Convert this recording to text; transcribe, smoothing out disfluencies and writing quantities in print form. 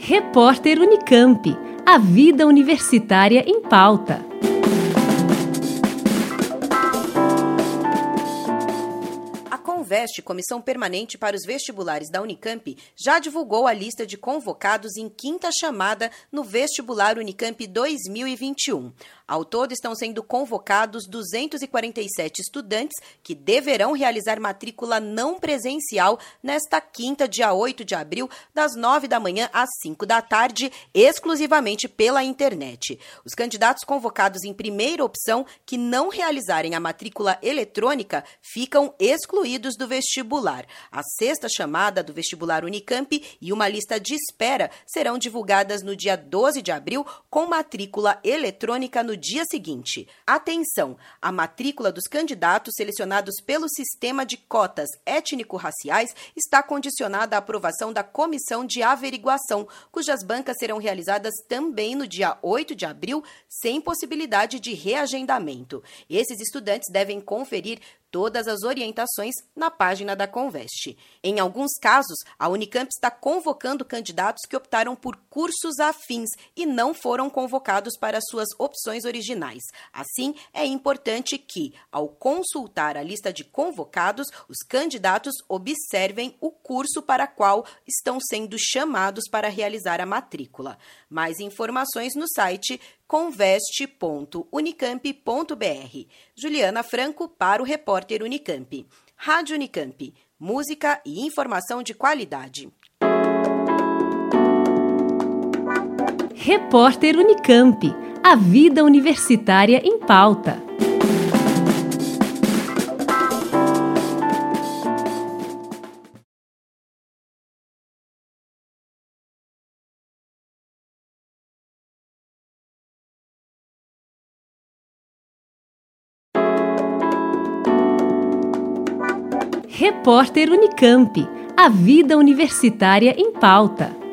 Repórter Unicamp. A vida universitária em pauta. A Conveste, Comissão Permanente para os Vestibulares da Unicamp, já divulgou a lista de convocados em quinta chamada no Vestibular Unicamp 2021. Ao todo, estão sendo convocados 247 estudantes que deverão realizar matrícula não presencial nesta quinta, dia 8 de abril, das 9 da manhã às 5 da tarde, exclusivamente pela internet. Os candidatos convocados em primeira opção que não realizarem a matrícula eletrônica ficam excluídos do vestibular. A sexta chamada do vestibular Unicamp e uma lista de espera serão divulgadas no dia 12 de abril com matrícula eletrônica no dia seguinte. Atenção! A matrícula dos candidatos selecionados pelo sistema de cotas étnico-raciais está condicionada à aprovação da Comissão de Averiguação, cujas bancas serão realizadas também no dia 8 de abril, sem possibilidade de reagendamento. Esses estudantes devem conferir todas as orientações na página da Conveste. Em alguns casos, a Unicamp está convocando candidatos que optaram por cursos afins e não foram convocados para suas opções originais. Assim, é importante que, ao consultar a lista de convocados, os candidatos observem o curso para qual estão sendo chamados para realizar a matrícula. Mais informações no site conveste.unicamp.br. Juliana Franco para o Repórter Unicamp. Rádio Unicamp. Música e informação de qualidade. Repórter Unicamp. A vida universitária em pauta. Repórter Unicamp. A vida universitária em pauta.